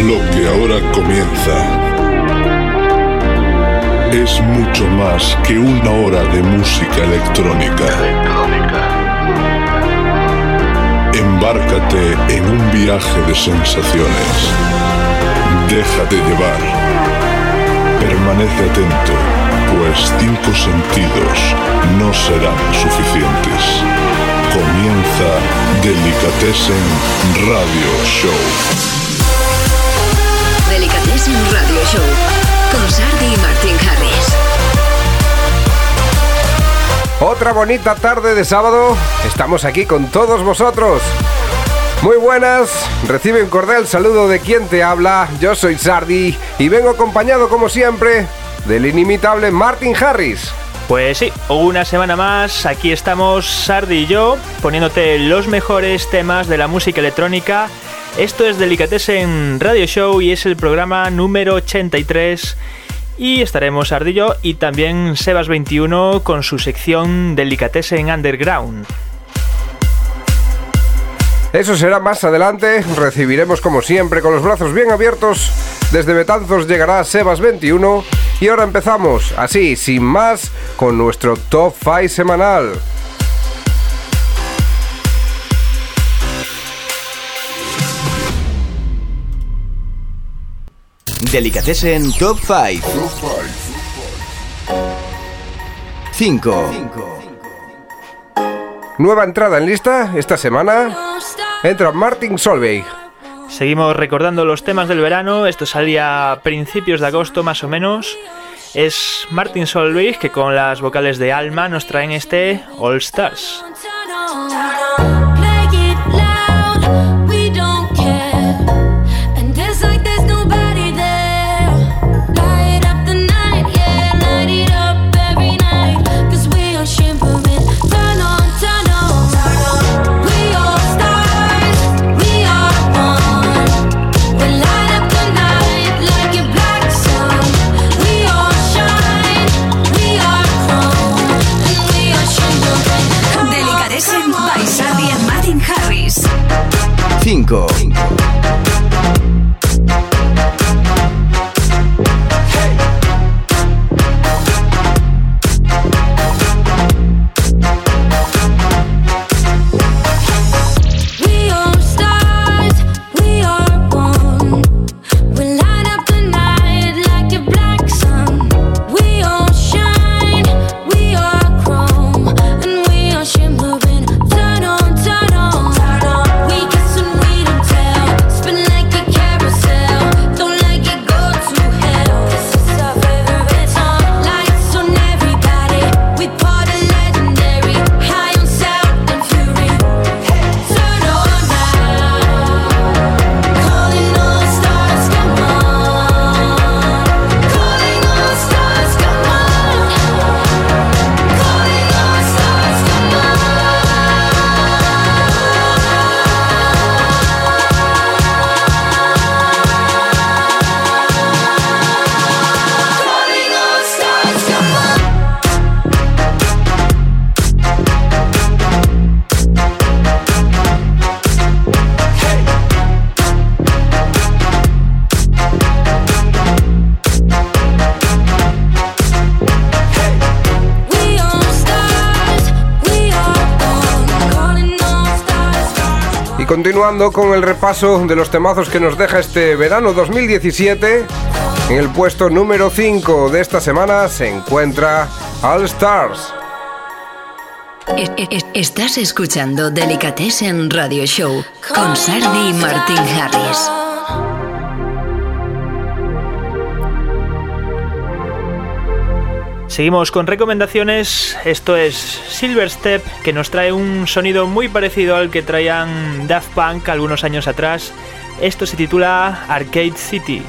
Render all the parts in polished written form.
Lo que ahora comienza es mucho más que una hora de música electrónica. Embárcate en un viaje de sensaciones. Déjate llevar. Permanece atento, pues 5 sentidos no serán suficientes. Comienza Delicatessen Radio Show. Delicatessen Radio Show con Sardi y Martin Harris. Otra bonita tarde de sábado, estamos aquí con todos vosotros. Muy buenas, recibe un cordial saludo de quien te habla. Yo soy Sardi y vengo acompañado como siempre del inimitable Martin Harris. Pues sí, una semana más, aquí estamos Sardi y yo, poniéndote los mejores temas de la música electrónica. Esto es Delicatessen Radio Show y es el programa número 83. Y estaremos Sardi y yo y también Sebas21 con su sección Delicatessen Underground. Eso será más adelante, recibiremos como siempre con los brazos bien abiertos. Desde Betanzos llegará Sebas21 y ahora empezamos, así, sin más, con nuestro Top 5 semanal. Delicatessen Top 5. 5. Nueva entrada en lista esta semana. Entra Martin Solveig. Seguimos recordando los temas del verano. Esto salía a principios de agosto más o menos. Es Martin Solveig que con las vocales de Alma nos traen este All Stars. By Sardi y Martin Harris. 5. Continuando con el repaso de los temazos que nos deja este verano 2017, en el puesto número 5 de esta semana se encuentra All Stars. Estás escuchando Delicatessen Radio Show con Sardi y Martin Harris. Seguimos con recomendaciones. Esto es Silver Step, que nos trae un sonido muy parecido al que traían Daft Punk algunos años atrás. Esto se titula Arcade City.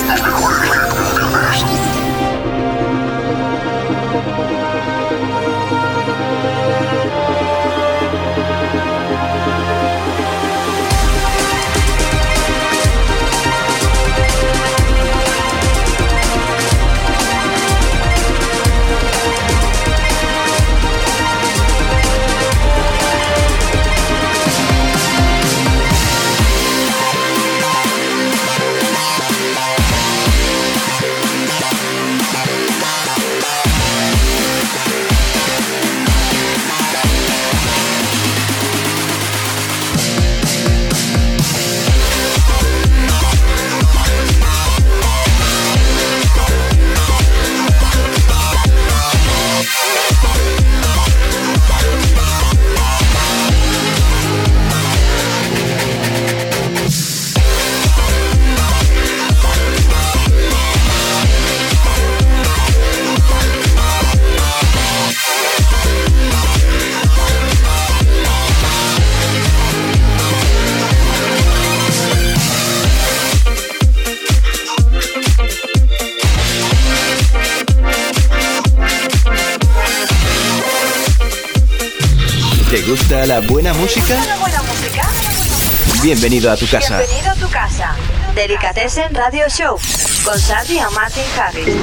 Las mejores recomendaciones. ¿Te gusta la buena música? Bienvenido a tu casa. Bienvenido a tu casa. Delicatessen Radio Show con Sardi y Martin Harris.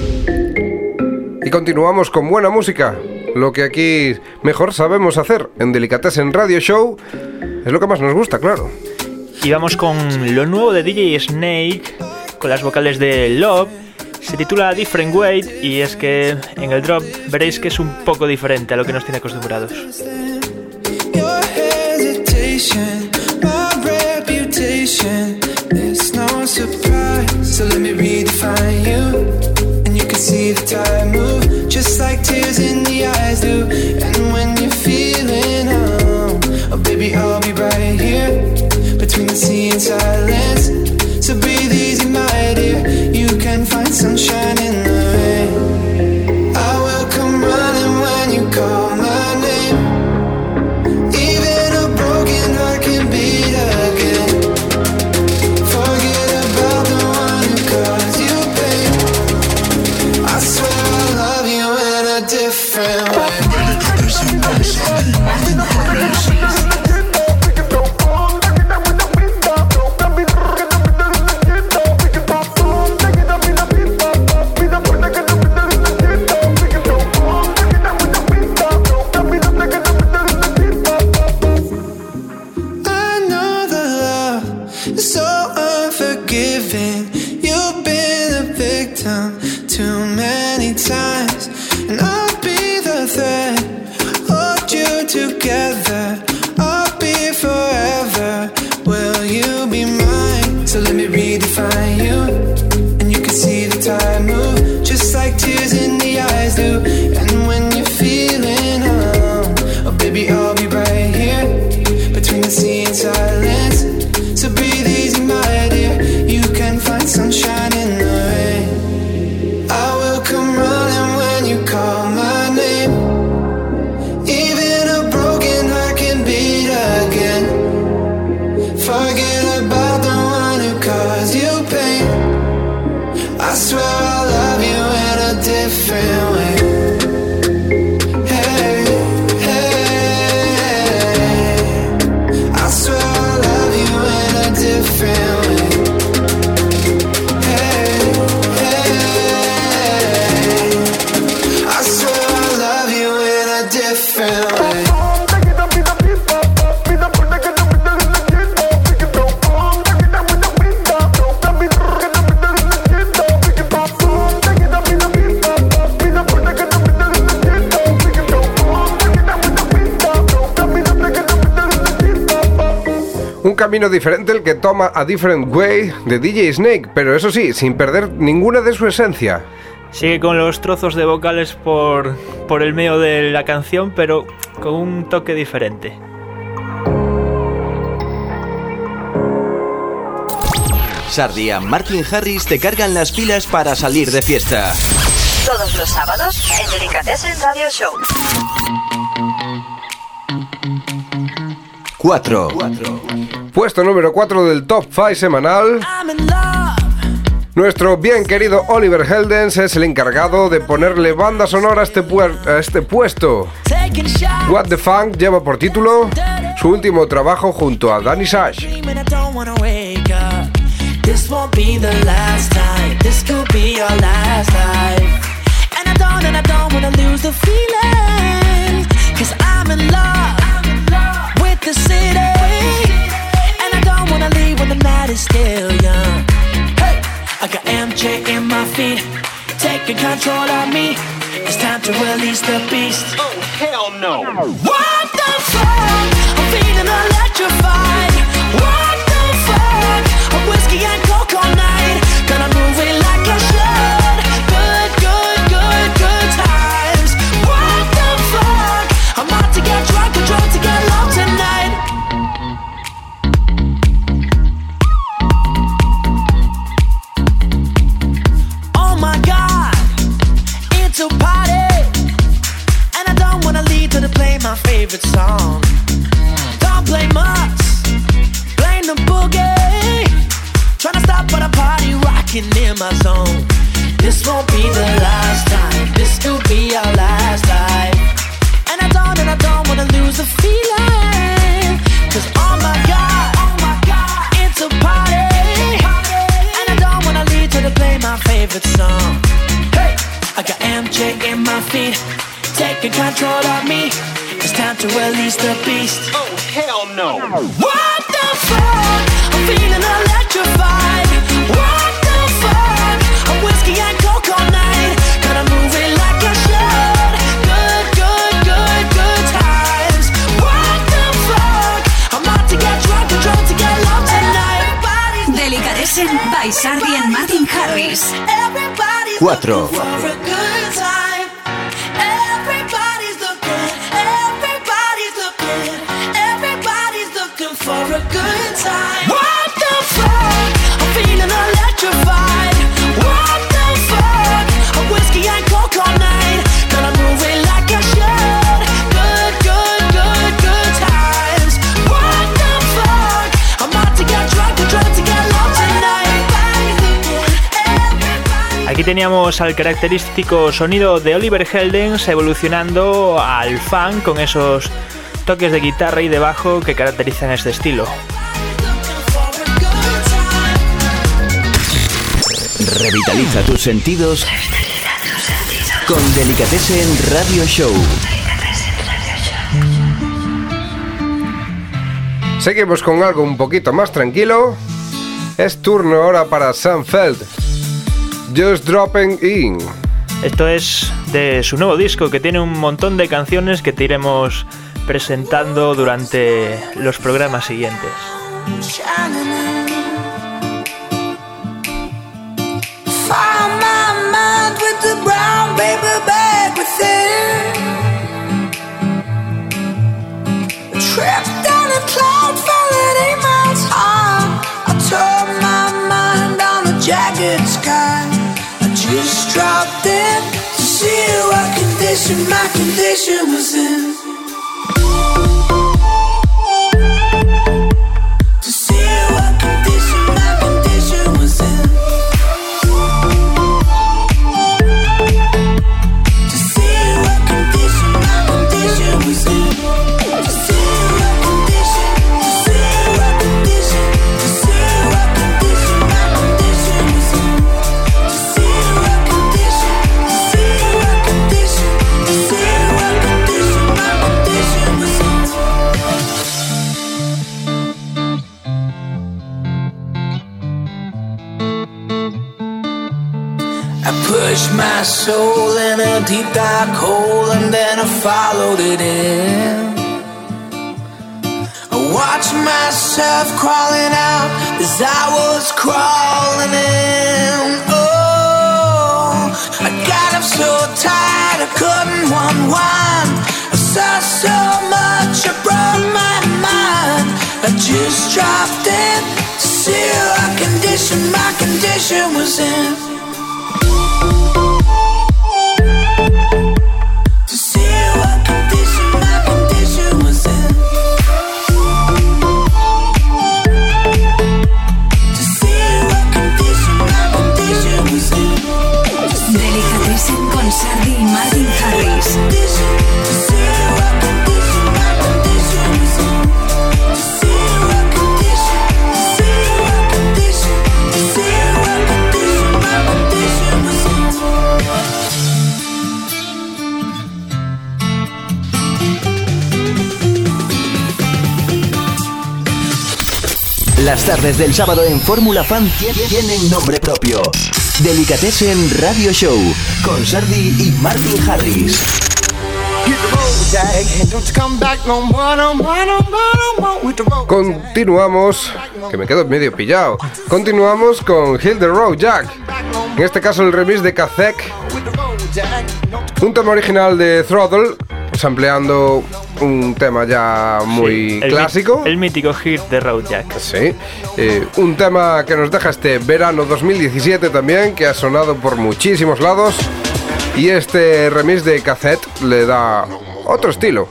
Y continuamos con buena música. Lo que aquí mejor sabemos hacer en Delicatessen Radio Show es lo que más nos gusta, claro. Y vamos con lo nuevo de DJ Snake, con las vocales de Love. Se titula Different Way y es que en el drop veréis que es un poco diferente a lo que nos tiene acostumbrados. Your hesitation, my reputation, it's no surprise. So let me redefine you, and you can see the tide move, just like tears in the eyes do. And when you're feeling home, oh baby, I'll be right here, between the sea and silence. So breathe easy, my dear, you can find sunshine in the rain. I will come running when you call my name. Even a broken heart can beat again. Forget about the one who caused you pain. I swear I love you in a different way. Un camino diferente el que toma A Different Way de DJ Snake, pero eso sí, sin perder ninguna de su esencia. Sigue con los trozos de vocales por el medio de la canción, pero con un toque diferente. Sardi y Martin Harris te cargan las pilas para salir de fiesta. Todos los sábados en Delicatessen Radio Show. 4. Puesto número 4 del Top 5 semanal. Nuestro bien querido Oliver Heldens es el encargado de ponerle banda sonora a este puesto. What the Funk lleva por título su último trabajo junto a Danny Sash. This won't be the last time. This could be your last life. And I don't wanna lose the feeling. 'Cause I'm in love with the city. And I don't wanna leave when the night is still young. Hey, I got MJ in my feet, taking control of me. It's time to release the beast. Oh, hell no. What the fuck? I'm feeling electrified. What the fuck? I'm whiskey and coke all night. Gonna move it like I should. Good, good, good, good times. What the fuck? I'm about to get drunk and drunk to get low tonight. Oh my God, it's a party. And I don't wanna leave till they play my favorite song. Don't blame us, blame the boogie. Tryna stop but a party rocking in my zone. This won't be the last time. This could be our last life. And I don't wanna lose the feeling. 'Cause oh my God, it's a party. And I don't wanna leave till they play my favorite song. Hey, I got MJ in my feet, taking control of me. It's time to release the beast. Oh hell no. What the fuck? I'm feeling electrified. What the fuck? I'm whiskey and coke all night. Gonna move it like I should. Good, good, good, good times. What the fuck? I'm about to get drunk and drunk to get low tonight. Delicatessen by Sardi and Martin Harris. 4. For a good time. Everybody's looking. Everybody's looking. Everybody's looking for a good time. What the fuck? I'm feeling electrified. What the fuck? I'm whiskey and coke all night. Gonna move it like I should. Good, good, good, good times. What the fuck? I'm about to get drunk and drunk to get low tonight. Aquí teníamos al característico sonido de Oliver Heldens evolucionando al funk con esos toques de guitarra y de bajo que caracterizan este estilo. Revitaliza tus sentidos con Delicatessen Radio Show. Seguimos con algo un poquito más tranquilo. Es turno ahora para Sam Feld. Just Dropping In. Esto es de su nuevo disco, que tiene un montón de canciones que te iremos presentando durante los programas siguientes. Just dropped in to see what condition my condition was in. To see what condition my condition was in. To see what condition my condition was in. To see what condition, to see what condition, to see what condition my condition was in. Pushed my soul in a deep dark hole and then I followed it in. I watched myself crawling out as I was crawling in. Oh, I got up so tired I couldn't unwind. I saw so much, I broke my mind. I just dropped in to see what condition my condition was in. Condition, my condition. Las tardes del sábado en Fórmula Fan tienen nombre propio. Delicatessen Radio Show con Sardi y Martin Harris. Continuamos, que me quedo medio pillado. Continuamos con Hit the Road Jack. En este caso el remix de Kazek, un tema original de Throttle, sampleando un tema ya muy clásico. El mítico Hit the Road Jack. Sí, un tema que nos deja este verano 2017 también, que ha sonado por muchísimos lados. Y este remix de Cassette le da otro estilo.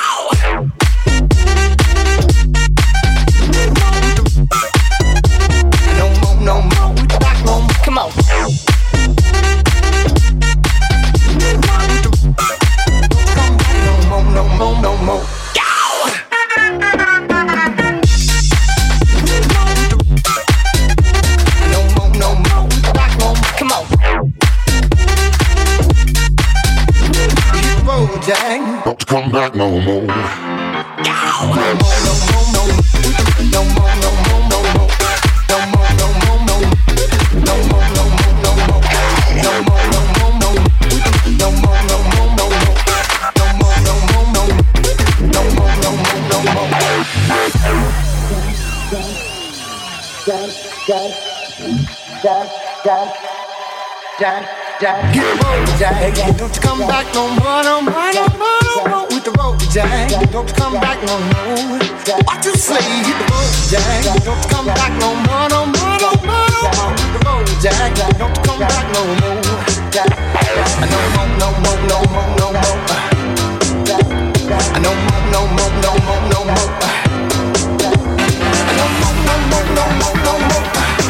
Don't come back no more. Jack, get the road, Jack. Don't you come back no more, no more, no more, no more with the road, Jack. Don't you come back no more. What you say? Hit the road, Jack. Don't you come back no more, no more, no more, no more with the road, Jack. Don't you come back no more. No more, no more, no more, no more. No more, no more, no more, no more. No more, no more, no more, no more.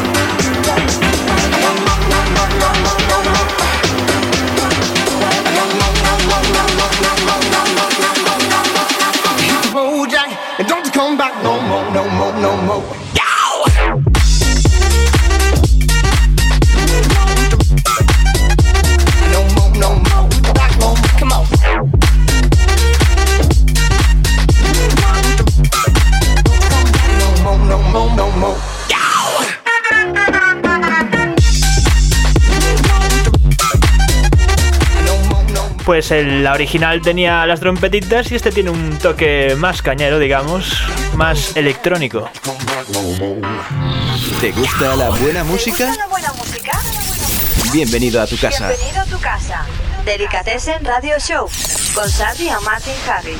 And don't you come back no more, no more, no more. No more, no more, back no more. Come on. No more, no more, no more. Pues la original tenía las trompetitas y este tiene un toque más cañero, digamos, más electrónico. ¿Te gusta la buena música? Bienvenido a tu casa. Bienvenido a tu casa. Delicatessen Radio Show con Sardi y Martin Harris.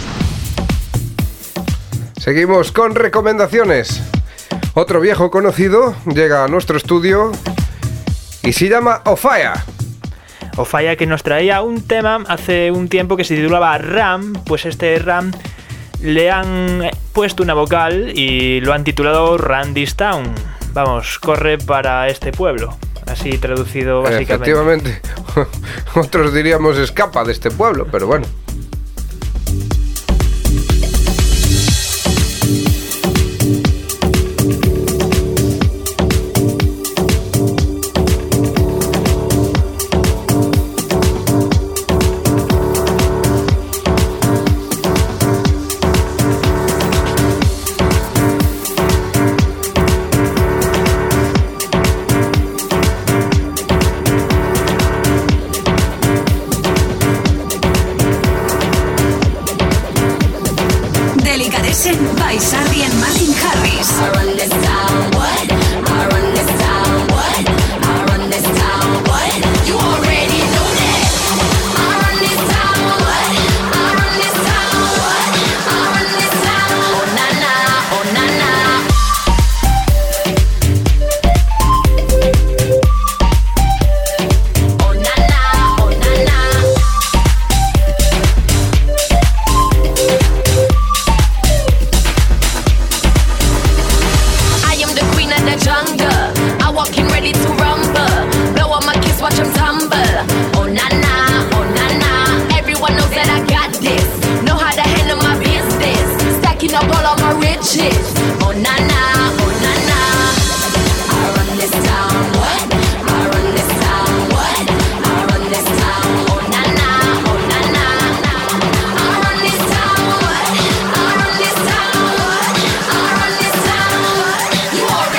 Seguimos con recomendaciones. Otro viejo conocido llega a nuestro estudio y se llama Ofaya. Ofaya, que nos traía un tema hace un tiempo que se titulaba Ram. Pues este Ram le han puesto una vocal y lo han titulado Randy's Town. Vamos, corre para este pueblo. Así traducido básicamente. Efectivamente. Otros diríamos escapa de este pueblo, pero bueno. by Sardi and Martin Harris. I run this town, what? I run this town, what? I run this town, what? You already know that. I run this town, what? I run this town, what? I run this town, oh na na, oh na na. Oh na na, oh na na. Jungle, I walk in ready to rumble. Blow up my kiss, watch them tumble. Oh na na, oh na na. Everyone knows that I got this. Know how to handle my business. Stacking up all of my riches. Oh na na, oh na na. I run this town, what? I run this town, what? I run this town. Oh na na, oh na na. I run this town, what? I run this town, what? I run this town, what? You are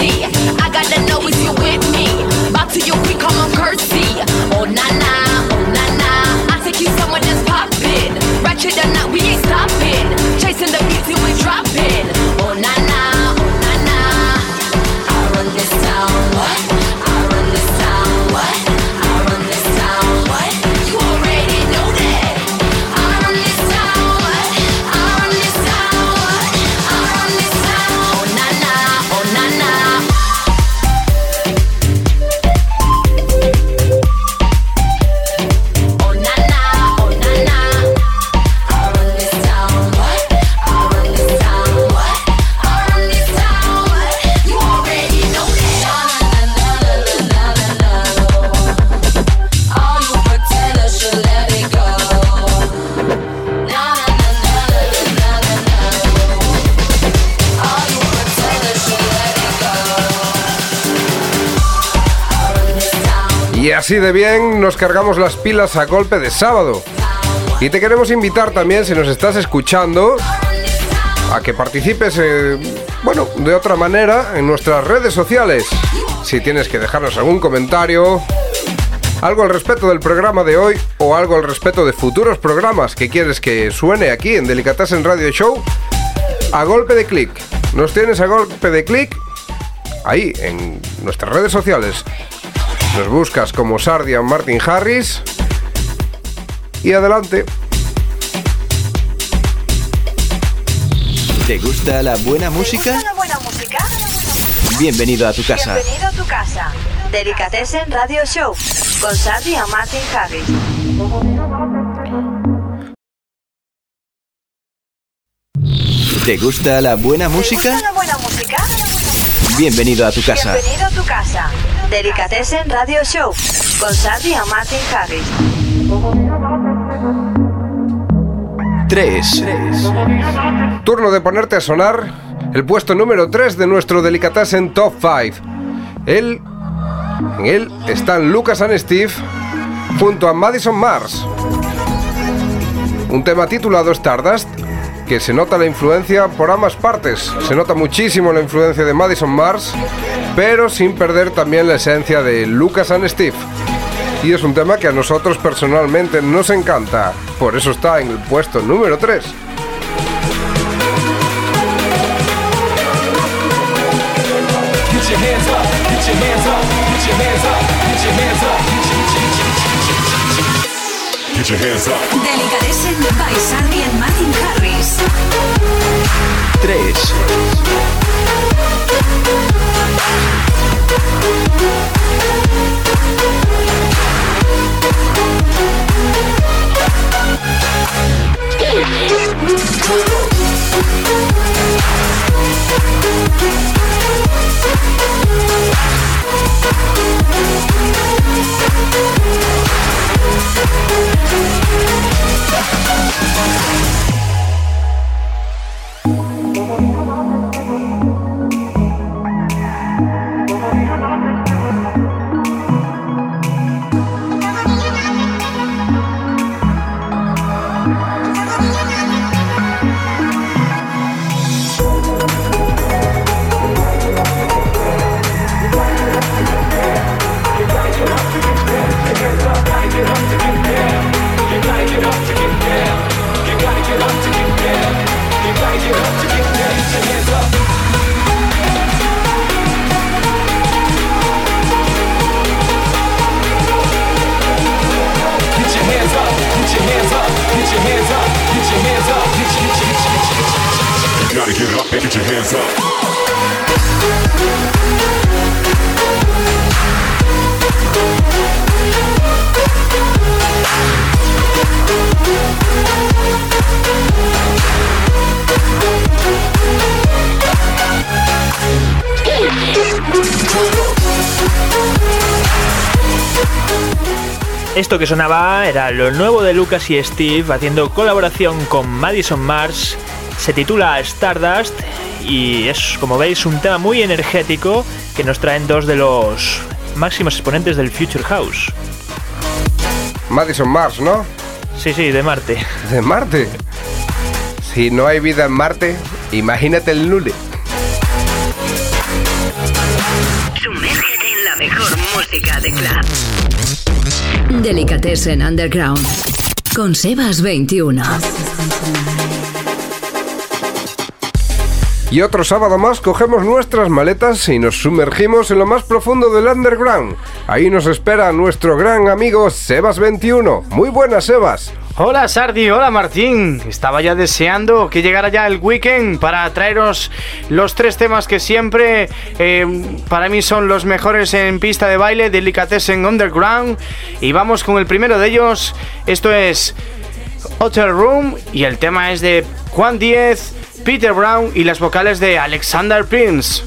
thirsty. I gotta know is you with me. Back to your quick, come on, curtsy. Oh na na, oh na na. I'll take you somewhere that's poppin'. Ratchet or not, we ain't stopping. Chasing the beat till we dropping. Oh na na, oh na na. I run this town, what? I run this town, what? I run this town, what? You already know that. I run this town, what? I run this town, what? I run this town. Oh na na, oh na na. Oh na na, oh na na. I run this town, what? I run this town, what? I run this town, what? You already know that. Na na na na na na. All you pretenders should let it go. Na na na na na na na. All you pretenders should let it go. I run this town. Y así de bien nos cargamos las pilas a golpe de sábado. Y te queremos invitar también, si nos estás escuchando, a que participes, de otra manera en nuestras redes sociales. Si tienes que dejarnos algún comentario, algo al respecto del programa de hoy o algo al respecto de futuros programas que quieres que suene aquí en Delicatessen Radio Show, a golpe de clic. Nos tienes a golpe de clic ahí en nuestras redes sociales. Nos buscas como Sardi and Martin Harris y adelante. ¿Te gusta la buena música? ¿Te gusta la buena música? Bienvenido a tu casa. Bienvenido a tu casa. Delicatessen Radio Show con Sardi and Martin Harris. ¿Te gusta la buena ¿Te música? gusta la buena música? Bienvenido a tu casa. Bienvenido a tu casa. Delicatessen Radio Show con Sardi and Martin Harris. 3. Turno de ponerte a sonar el puesto número 3 de nuestro Delicatessen Top 5. En él están Lucas and Steve junto a Madison Mars. Un tema titulado Stardust, que se nota la influencia por ambas partes. Se nota muchísimo la influencia de Madison Mars, pero sin perder también la esencia de Lucas and Steve. Y es un tema que a nosotros personalmente nos encanta. Por eso está en el puesto número 3. Delicatessen by Sardi and Martin Harris. 3. Esto que sonaba era lo nuevo de Lucas y Steve haciendo colaboración con Madison Mars. Se titula Stardust y es, como veis, un tema muy energético que nos traen dos de los máximos exponentes del Future House. Madison Mars, ¿no? Sí, de Marte. ¿De Marte? Si no hay vida en Marte, imagínate el Nule. Sumérgete en la mejor música de club. Delicatessen Underground con Sebas 21. Y otro sábado más cogemos nuestras maletas y nos sumergimos en lo más profundo del underground. Ahí nos espera nuestro gran amigo Sebas 21. Muy buenas, Sebas. Hola Sardi, hola Martín. Estaba ya deseando que llegara ya el weekend para traeros los 3 temas que siempre para mí son los mejores en pista de baile, Delicatessen Underground. Y vamos con el primero de ellos. Esto es Hotel Room y el tema es de Juan Díez, Peter Brown y las vocales de Alexander Prince.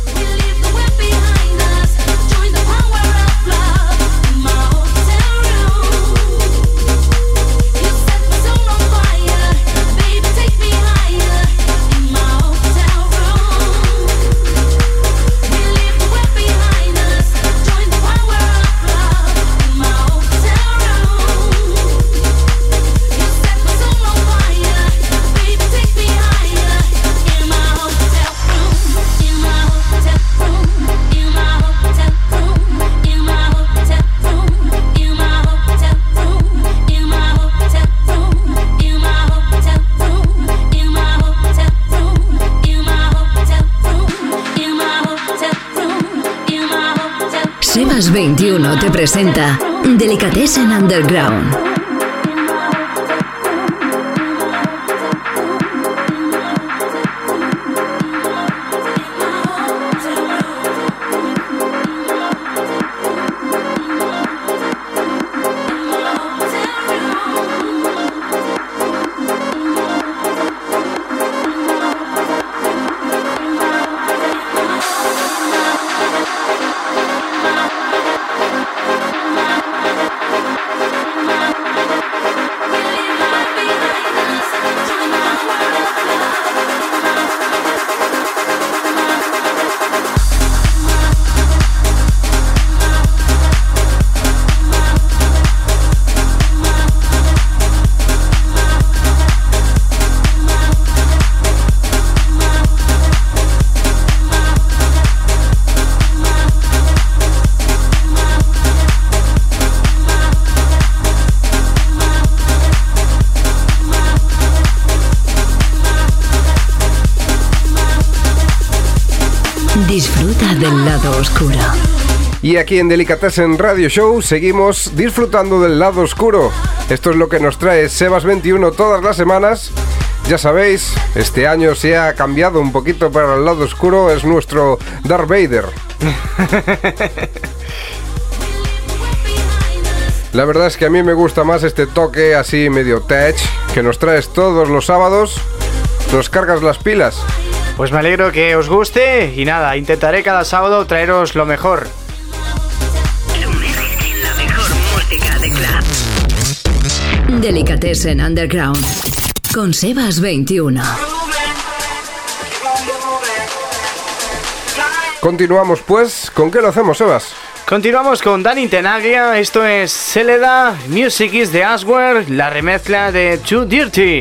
Sebas 21 te presenta Delicatessen Underground. Disfruta del lado oscuro. Y aquí en Delicatessen Radio Show seguimos disfrutando del lado oscuro. Esto es lo que nos trae Sebas 21 todas las semanas. Ya sabéis, este año se ha cambiado un poquito para el lado oscuro. Es nuestro Darth Vader. La verdad es que a mí me gusta más este toque así medio tech que nos traes todos los sábados. Nos cargas las pilas. Pues me alegro que os guste y nada, intentaré cada sábado traeros lo mejor. Sumérgete en la mejor música de club. Delicatessen Underground con Sebas 21. Continuamos pues. ¿Con qué lo hacemos, Sebas? Continuamos con Dani Tenaglia. Esto es Celeda, Music is the Answer, la remezcla de Too Dirty.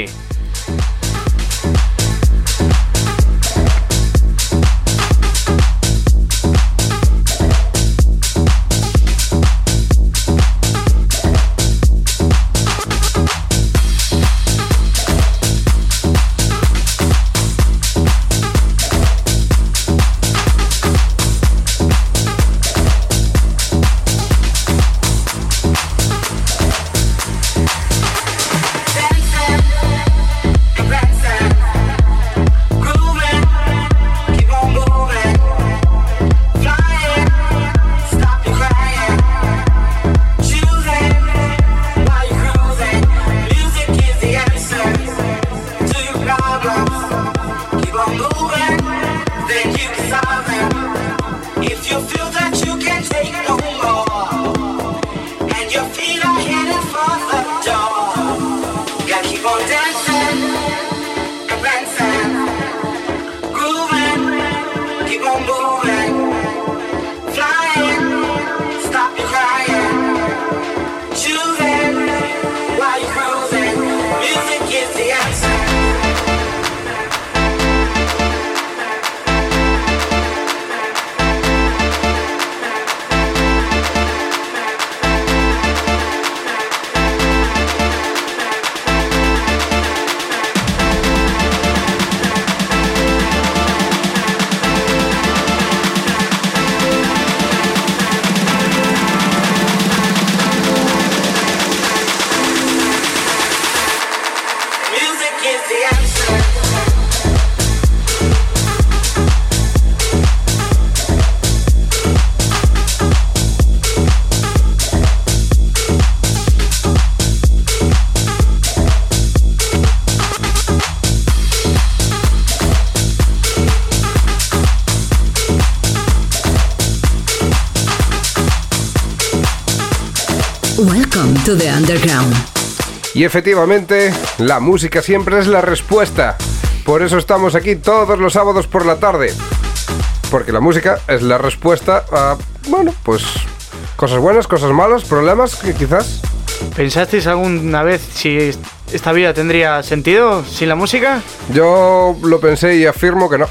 Welcome to the underground. Y efectivamente, la música siempre es la respuesta. Por eso estamos aquí todos los sábados por la tarde. Porque la música es la respuesta a, bueno, pues cosas buenas, cosas malas, problemas que quizás... ¿Pensasteis alguna vez si esta vida tendría sentido sin la música? Yo lo pensé y afirmo que no.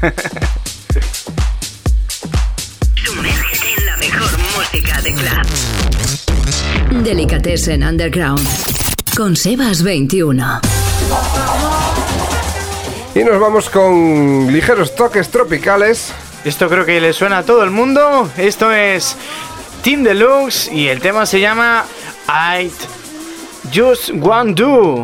Sumérgete en la mejor música de club. Delicatessen Underground con Sebas 21. Y nos vamos con ligeros toques tropicales. Esto creo que le suena a todo el mundo. Esto es Team Deluxe y el tema se llama I Just Want To.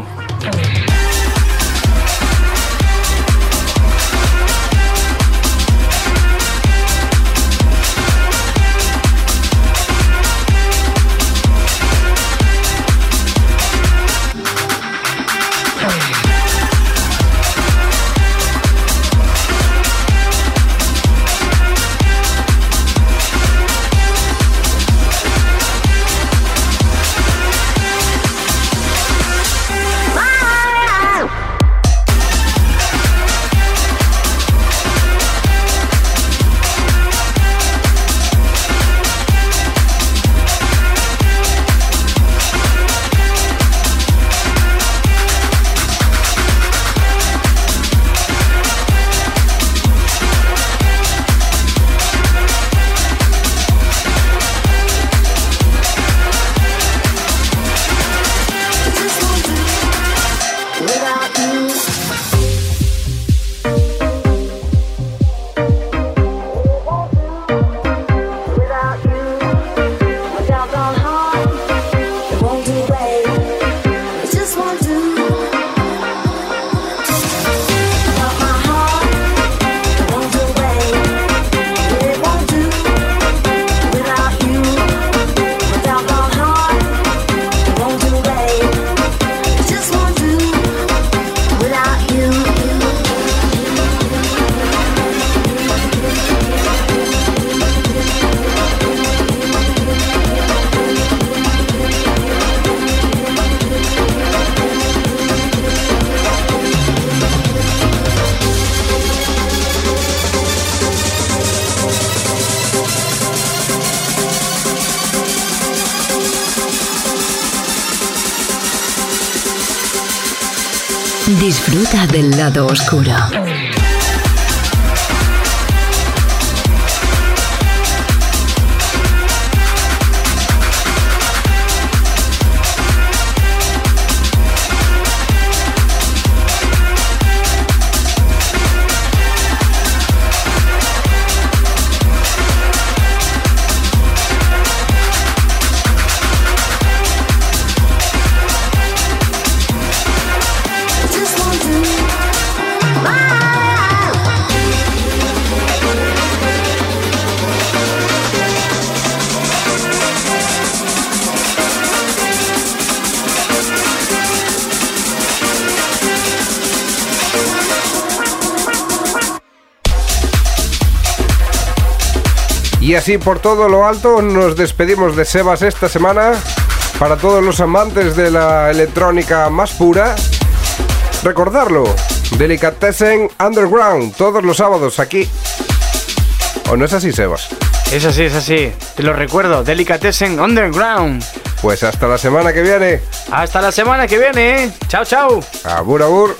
Disfruta del lado oscuro. Y así por todo lo alto nos despedimos de Sebas esta semana. Para todos los amantes de la electrónica más pura, recordarlo, Delicatessen Underground, todos los sábados aquí. ¿O no es así, Sebas? Es así, es así. Te lo recuerdo, Delicatessen Underground. Pues hasta la semana que viene. Hasta la semana que viene, ¿eh? Chao, chao. Abur, abur.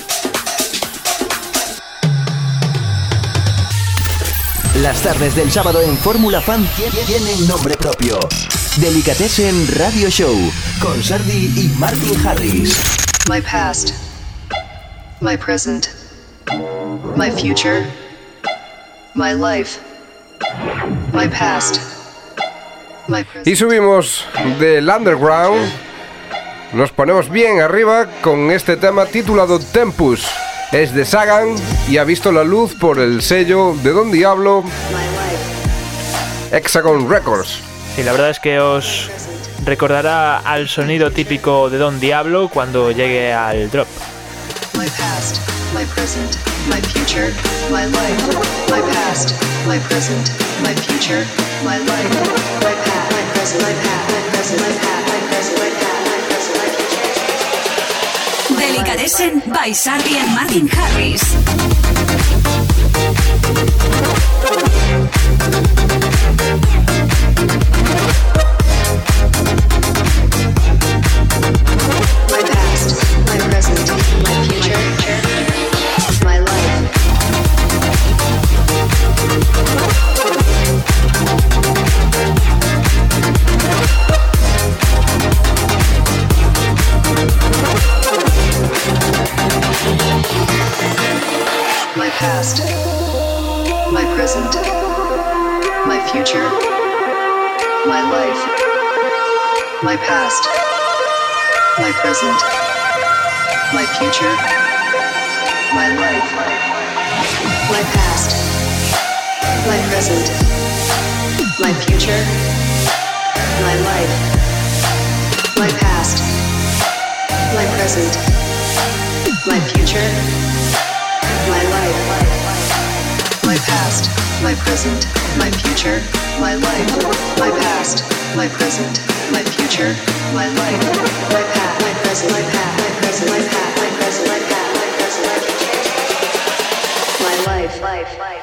Las tardes del sábado en Fórmula Fan tienen nombre propio. Delicatessen Radio Show con Sardi y Martin Harris. My past, my present, my future, my life, my past, my present. Y subimos del underground. Nos ponemos bien arriba con este tema titulado Tempus. Es de Sagan y ha visto la luz por el sello de Don Diablo, Hexagon Records. Y la verdad es que os recordará al sonido típico de Don Diablo cuando llegue al drop. My past. my present, my future, my life, my past, my present, my future, my life, my past, my present, my past, my present, my past, my present, my past, my present, my future. Delicatessen by Sardi and Martin Harris. My past, my present, my future, my life. My past, my present, my future, my life. My past, my present, my future, my life. My past, my present, my future, my life. My past, my present, my future, my life. My past, my present, my future, my life. My past, my present, my future, my life. My past, my present, my past, my present, my past, my present, my past, my present, my future. My life, life, life.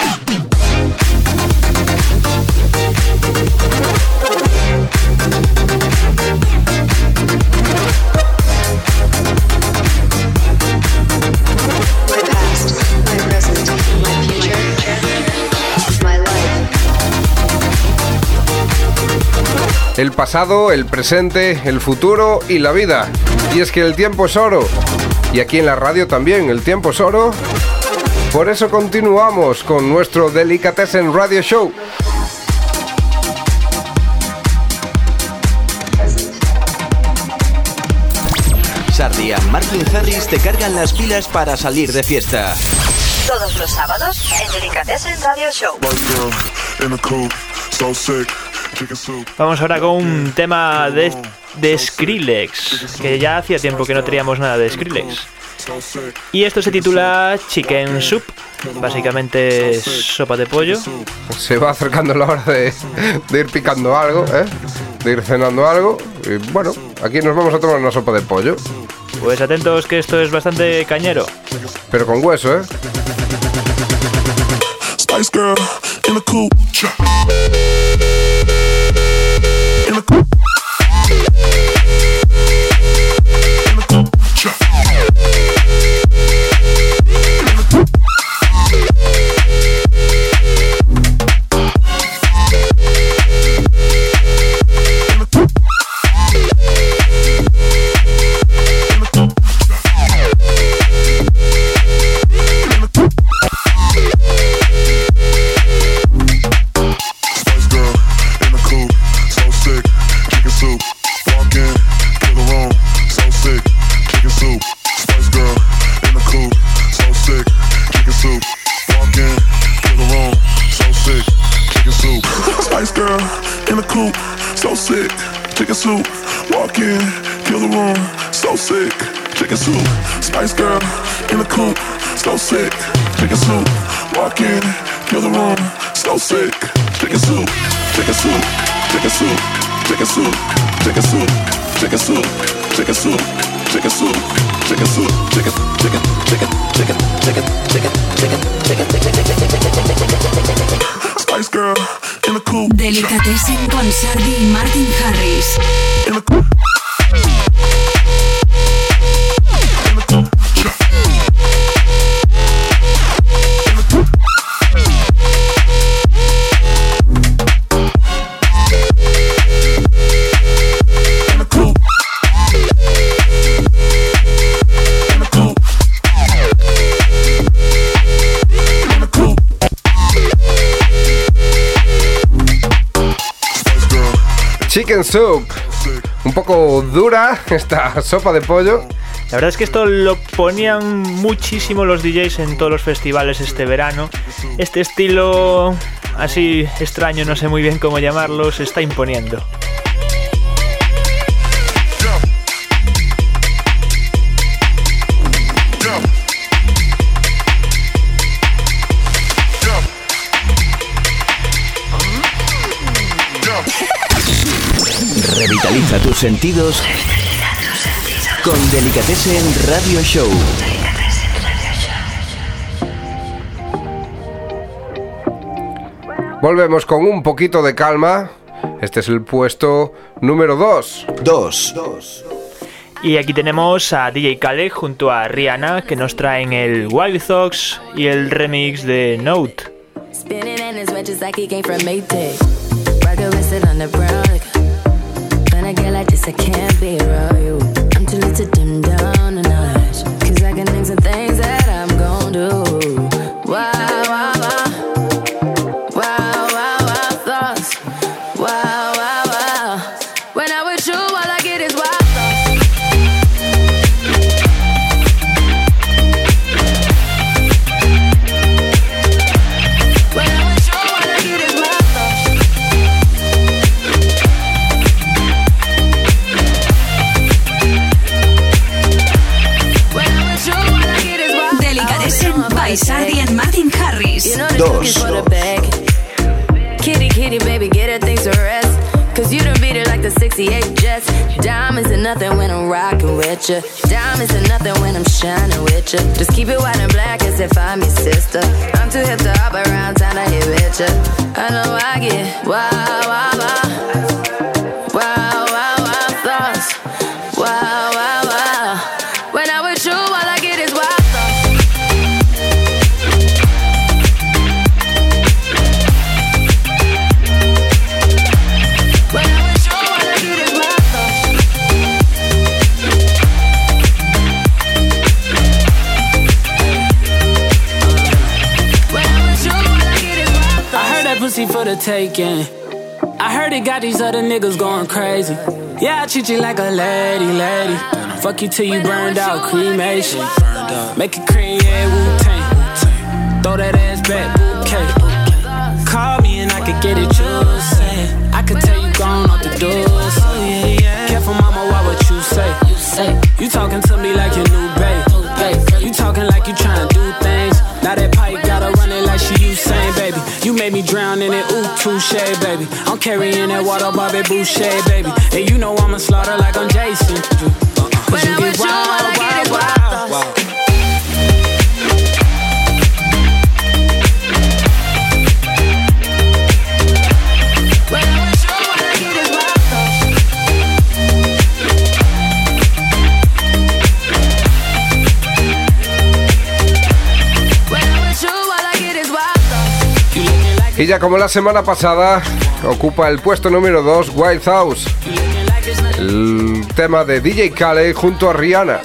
My past, my present, my future, my life. El pasado, el presente, el futuro y la vida. Y es que el tiempo es oro. Y aquí en la radio también, el tiempo es oro. Por eso continuamos con nuestro Delicatessen Radio Show. Sardi y Martin Harris te cargan las pilas para salir de fiesta. Todos los sábados en Delicatessen Radio Show. Vamos ahora con un tema de Skrillex, que ya hacía tiempo que no teníamos nada de Skrillex. Y esto se titula Chicken Soup, básicamente sopa de pollo. Se va acercando la hora de ir picando algo, de ir cenando algo. Y bueno, aquí nos vamos a tomar una sopa de pollo. Pues atentos que esto es bastante cañero. Pero con hueso, Spice Girl in the coupe. In the coupe. Spice girl in the coupe, so sick. Chicken soup, walk in, kill the room, so sick. Chicken soup, chicken soup, chicken soup, chicken soup, chicken soup, chicken soup, chicken soup, chicken soup, chicken soup, chicken, chicken, chicken, chicken, chicken, chicken, chicken, chicken. Spice girl in the coupe. Delicatessen con Sardi y Martin Harris. In the coupe. Chicken Soup. Un poco dura esta sopa de pollo. La verdad es que esto lo ponían muchísimo los DJs en todos los festivales este verano. Este estilo así extraño, no sé muy bien cómo llamarlo, se está imponiendo. Revitaliza tus sentidos con Delicatessen Radio Show. Volvemos con un poquito de calma. Este es el puesto número 2. Y aquí tenemos a DJ Khaled junto a Rihanna, que nos traen el Wild Thoughts y el remix de Note. Spinning in his wedges like he came from Maytag. Rocket with it on the brown. When I get like this, I can't be around you. I'm too late to dim down a notch. Cause I can think some things that I'm gon' do. Wow, wow, wow. Wow, wow, wow, thoughts. Wow, wow, wow. When I'm with you, all I get is wild thoughts. When I'm with you, all I get is wild thoughts. When I'm with you, all I get is wild thoughts. Delicatessen by Sardi and Martin Harris. You know the cookies for the bag. Kitty, kitty, baby, get her things to rest. Cause you done beat it like the 68 Jets. Diamonds are nothing when I'm rockin' with ya. Diamonds are nothing when I'm shining with ya. Just keep it white and black as if I'm your sister. I'm too hip to hop around town to hit with ya. I know I get wow, wow, wow. Wow, wow, wow, thoughts. Wow, wow, wow. When I'm with you, all I get is wild thoughts. When I'm with you, all I get is wild thoughts. When I'm with you, all I get is wild thoughts. I heard that pussy for the taking. I heard it got these other niggas going crazy. Yeah, I treat you like a lady, lady. Fuck you till you burned out, cremation. Make it cream, yeah, Wu-Tang. Throw that ass back, bouquet. Call me and I could get it, you say. I could tell you gone off the door, so yeah. Careful, mama, what you say? You talking to me like your new babe. You talking like you trying to do things. Now that pipe gotta run it like she Usain, baby. You made me drown in it, ooh, touche, baby. I'm carrying that water, Bobby Boucher, baby. And you know I'ma slaughter like I'm Jason. When I'm with you, all I get is wild thoughts. When I'm with you, all I get is wild thoughts. When I'm with you, all I get is wild thoughts. Y ya como la semana pasada, ocupa el puesto número 2 Wild Thoughts, el tema de DJ Khaled junto a Rihanna.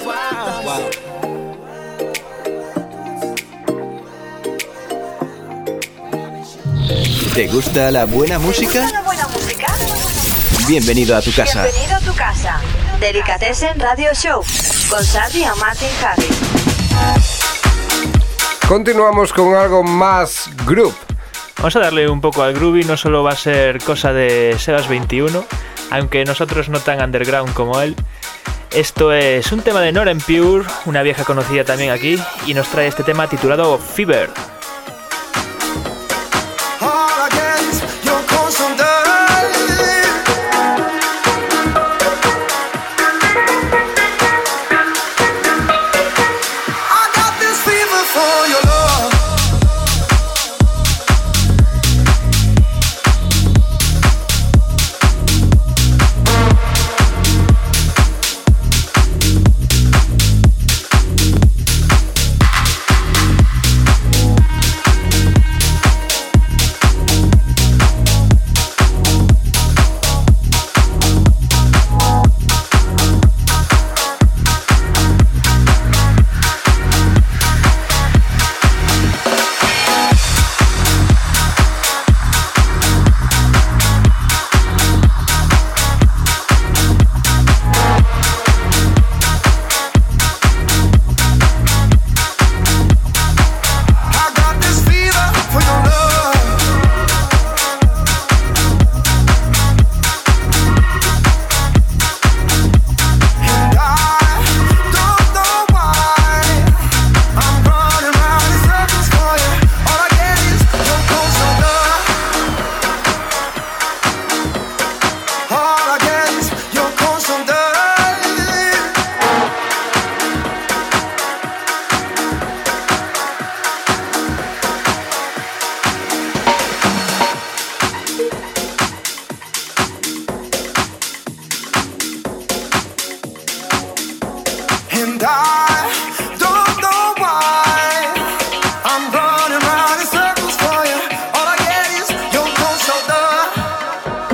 ¿Te gusta la buena música? Bienvenido a tu casa. Bienvenido a tu casa. Delicatessen Radio Show con Sardi y Martin Harris. Continuamos con algo más group. Vamos a darle un poco al groovy, no solo va a ser cosa de Sebas 21, aunque nosotros no tan underground como él. Esto es un tema de Nora En Pure, una vieja conocida también aquí, y nos trae este tema titulado Fever.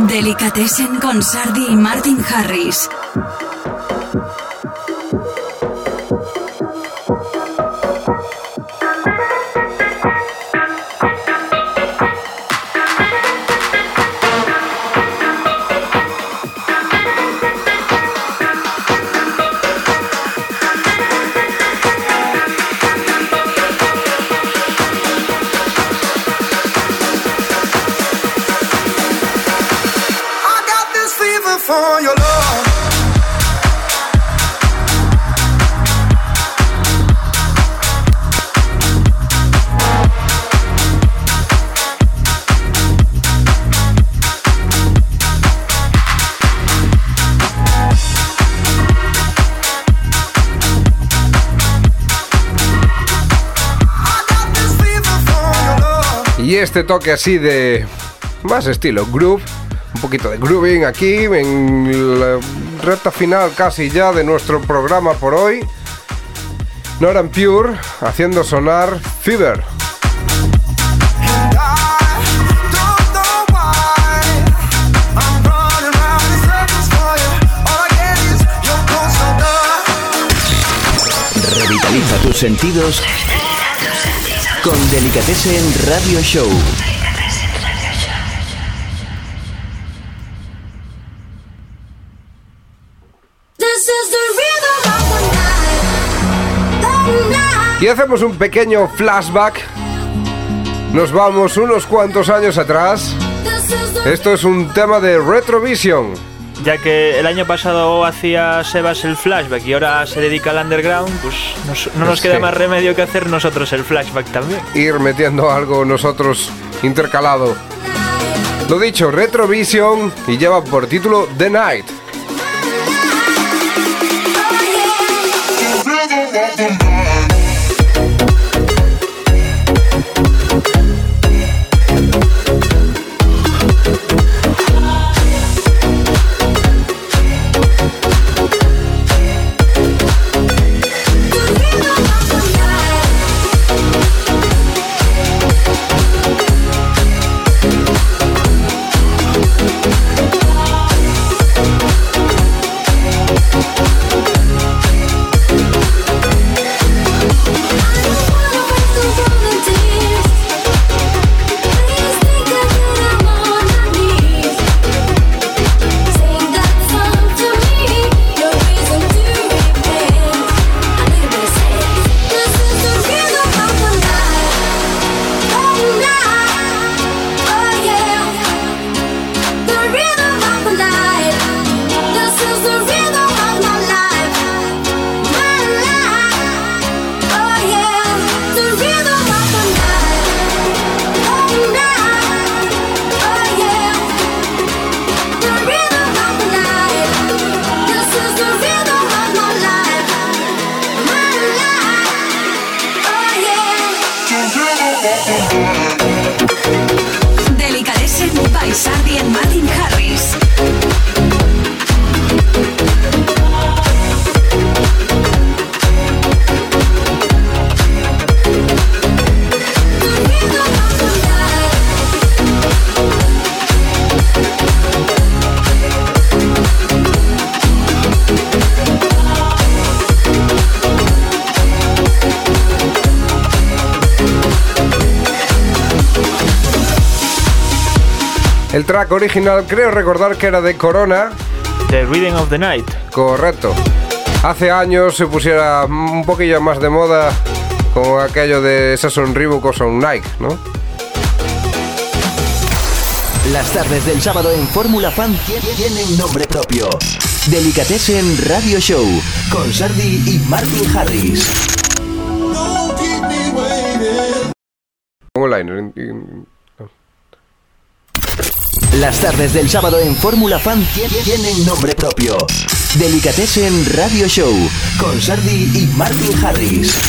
Delicatessen con Sardi y Martin Harris. For your love, y este toque así de más estilo groove, un poquito de grooving aquí en la recta final casi ya de nuestro programa por hoy. Not and Pure haciendo sonar Fever. Revitaliza tus sentidos con Delicatessen Radio Show. Y hacemos un pequeño flashback. Nos vamos unos cuantos años atrás. Esto es un tema de Retrovision. Ya que el año pasado hacía Sebas el flashback y ahora se dedica al underground, pues no nos queda más remedio que hacer nosotros el flashback también. Ir metiendo algo nosotros intercalado. Lo dicho, Retrovision, y lleva por título The Night. Delicatessen by Sardi and Martin Harris. El track original creo recordar que era de Corona. The Rhythm of the Night. Correcto. Hace años se pusiera un poquillo más de moda con aquello de esas son Reebok o son Nike, ¿no? Las tardes del sábado en Fórmula Fan tienen nombre propio. Delicatessen Radio Show con Sardi y Martin Harris. Las tardes del sábado en Fórmula Fan tienen nombre propio. Delicatessen Radio Show con Sardi y Martin Harris.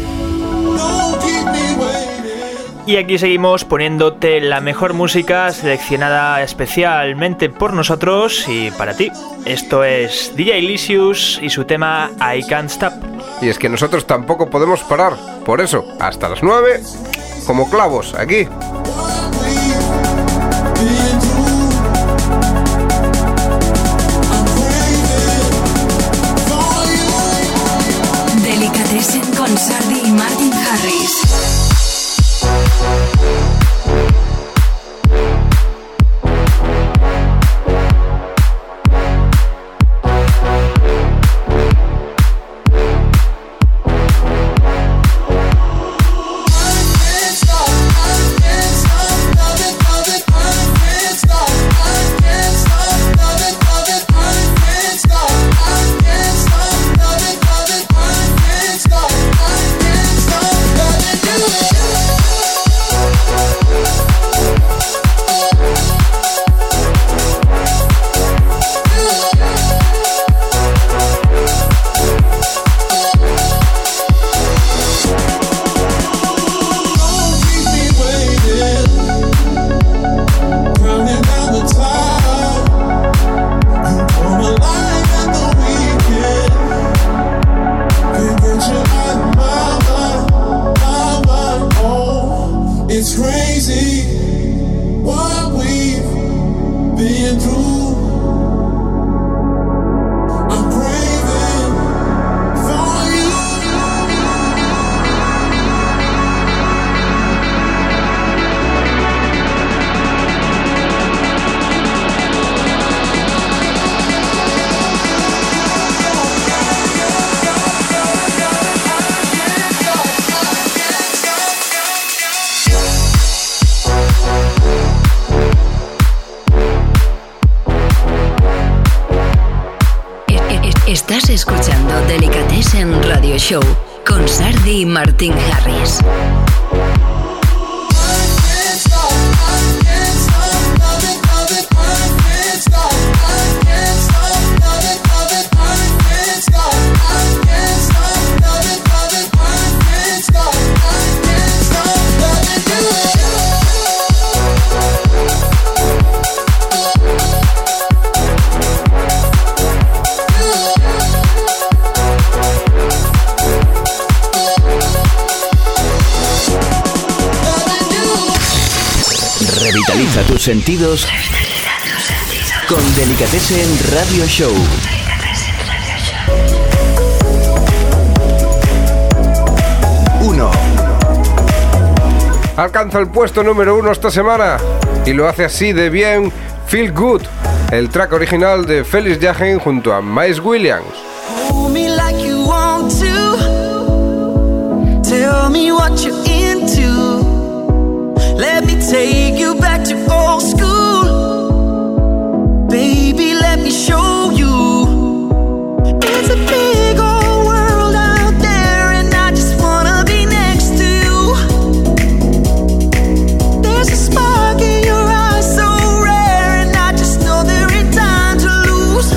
Y aquí seguimos poniéndote la mejor música seleccionada especialmente por nosotros y para ti. Esto es DJ Licious y su tema I Can't Stop. Y es que nosotros tampoco podemos parar. Por eso, hasta las 9, como clavos, aquí. being through. I'm craving for you. Estás escuchando Delicatessen Radio Show con Sardi y Martin Harris. Revitaliza tus sentidos con Delicatessen Radio Show. Alcanza el puesto número 1 esta semana y lo hace así de bien Feel Good, el track original de Felix Jaehn junto a Miles Williams. Hold me like you want to. Tell me what you're into. Let me take you back to old school. Baby, let me show you. It's a big old world out there, and I just wanna be next to you. There's a spark in your eyes so rare, and I just know there ain't time to lose.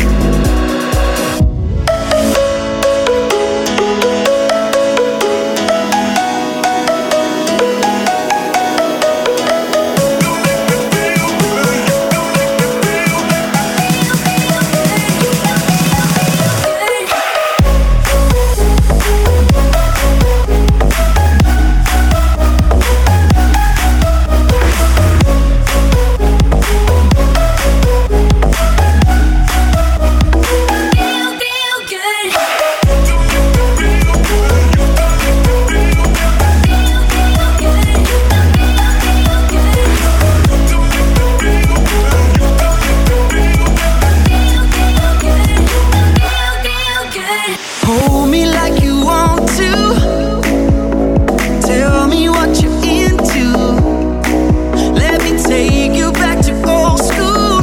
Hold me like you want to. Tell me what you're into. Let me take you back to old school.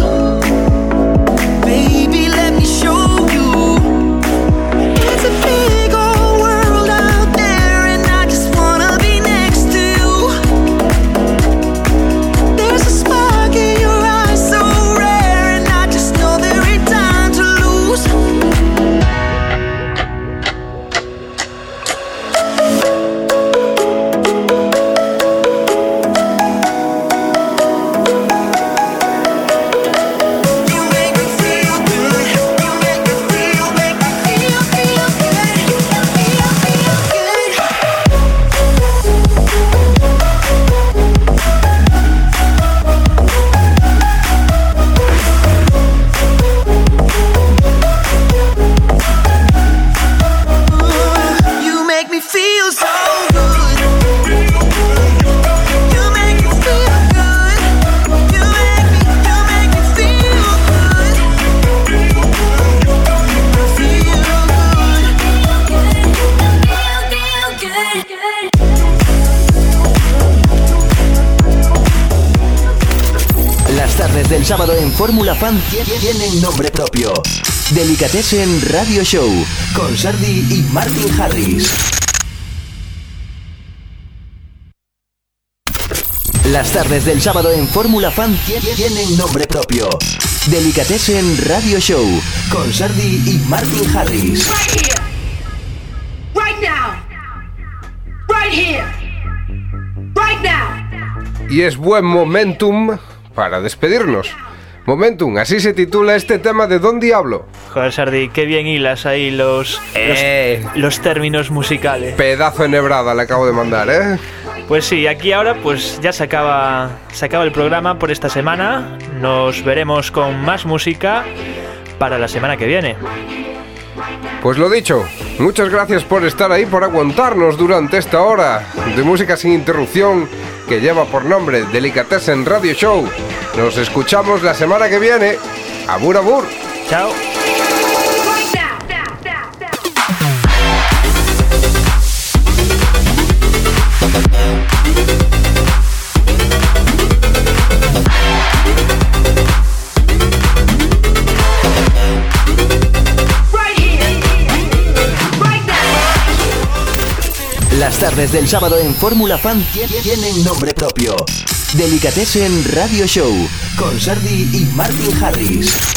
Baby, let me show you. It's a big old world out there, and I just wanna be next to you. There's a spark in your eyes so rare, and I just know there ain't time to lose. You make me feel so good. You make me feel good. You make me feel good. Las tardes del sábado en Fórmula Fan tienen nombre propio. Delicatessen Radio Show con Sardi y Martin Harris. Las tardes del sábado en Fórmula Fan tienen nombre propio. Delicatessen Radio Show con Sardi y Martin Harris. Right here. Right now. Right here. Right now. Y es buen momentum para despedirnos. Momentum, así se titula este tema de Don Diablo. Joder, Sardi, qué bien hilas ahí los términos musicales. Pedazo de nebrada le acabo de mandar, ¿eh? Pues sí, aquí ahora pues ya se acaba el programa por esta semana. Nos veremos con más música para la semana que viene. Pues lo dicho, muchas gracias por estar ahí, por aguantarnos durante esta hora de música sin interrupción que lleva por nombre Delicatessen Radio Show. Nos escuchamos la semana que viene. Abur, abur. Chao. Las tardes del sábado en Fórmula Fan tienen nombre propio. Delicatessen Radio Show con Sardi y Martin Harris.